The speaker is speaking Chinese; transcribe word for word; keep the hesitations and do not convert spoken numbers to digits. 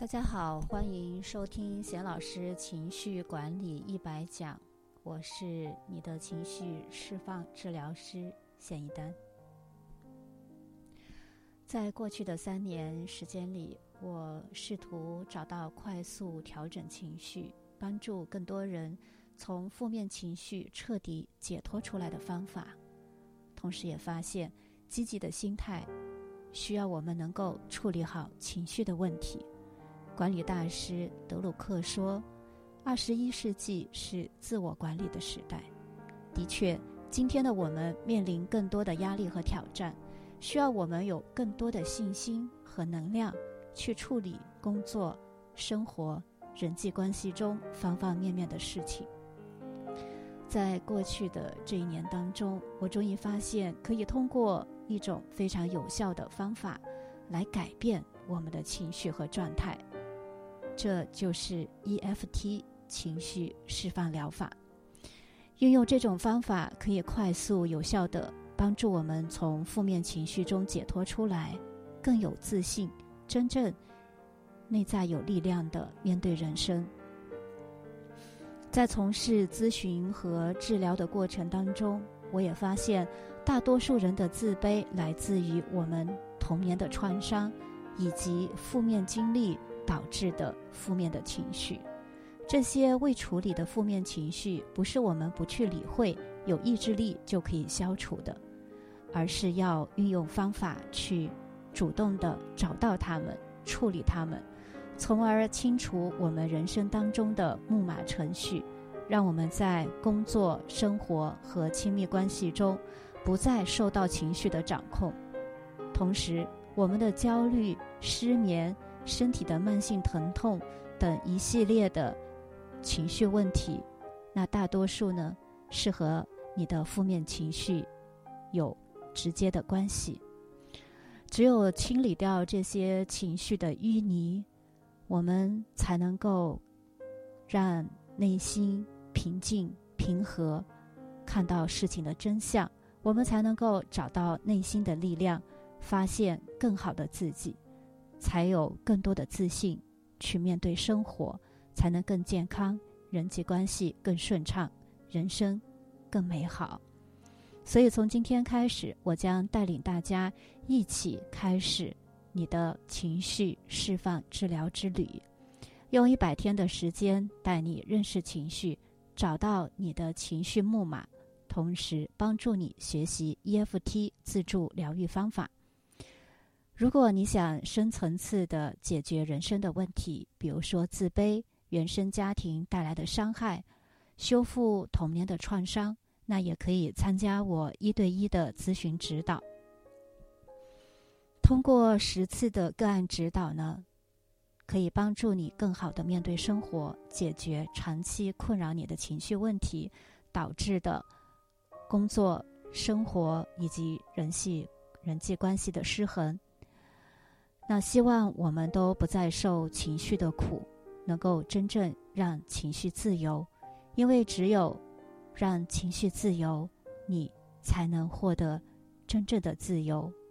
大家好，欢迎收听贤老师情绪管理一百讲，我是你的情绪释放治疗师贤一丹。在过去的三年时间里，我试图找到快速调整情绪，帮助更多人从负面情绪彻底解脱出来的方法，同时也发现积极的心态需要我们能够处理好情绪的问题。管理大师德鲁克说，二十一世纪是自我管理的时代。的确，今天的我们面临更多的压力和挑战，需要我们有更多的信心和能量去处理工作、生活、人际关系中方方面面的事情。在过去的这一年当中，我终于发现可以通过一种非常有效的方法来改变我们的情绪和状态，这就是 E F T 情绪释放疗法。运用这种方法可以快速有效地帮助我们从负面情绪中解脱出来，更有自信，真正内在有力量地面对人生。在从事咨询和治疗的过程当中，我也发现大多数人的自卑来自于我们童年的创伤以及负面经历导致的负面的情绪。这些未处理的负面情绪不是我们不去理会，有意志力就可以消除的，而是要运用方法去主动地找到它们，处理它们，从而清除我们人生当中的木马程序，让我们在工作、生活和亲密关系中不再受到情绪的掌控。同时，我们的焦虑、失眠、身体的慢性疼痛等一系列的情绪问题，那大多数呢是和你的负面情绪有直接的关系。只有清理掉这些情绪的淤泥，我们才能够让内心平静平和，看到事情的真相，我们才能够找到内心的力量，发现更好的自己，才有更多的自信去面对生活，才能更健康，人际关系更顺畅，人生更美好。所以从今天开始，我将带领大家一起开始你的情绪释放治疗之旅，用一百天的时间带你认识情绪，找到你的情绪木马，同时帮助你学习 E F T 自助疗愈方法。如果你想深层次地解决人生的问题，比如说自卑、原生家庭带来的伤害，修复童年的创伤，那也可以参加我一对一的咨询指导。通过十次的个案指导呢，可以帮助你更好地面对生活，解决长期困扰你的情绪问题导致的工作、生活以及人际人际关系的失衡。那希望我们都不再受情绪的苦，能够真正让情绪自由，因为只有让情绪自由，你才能获得真正的自由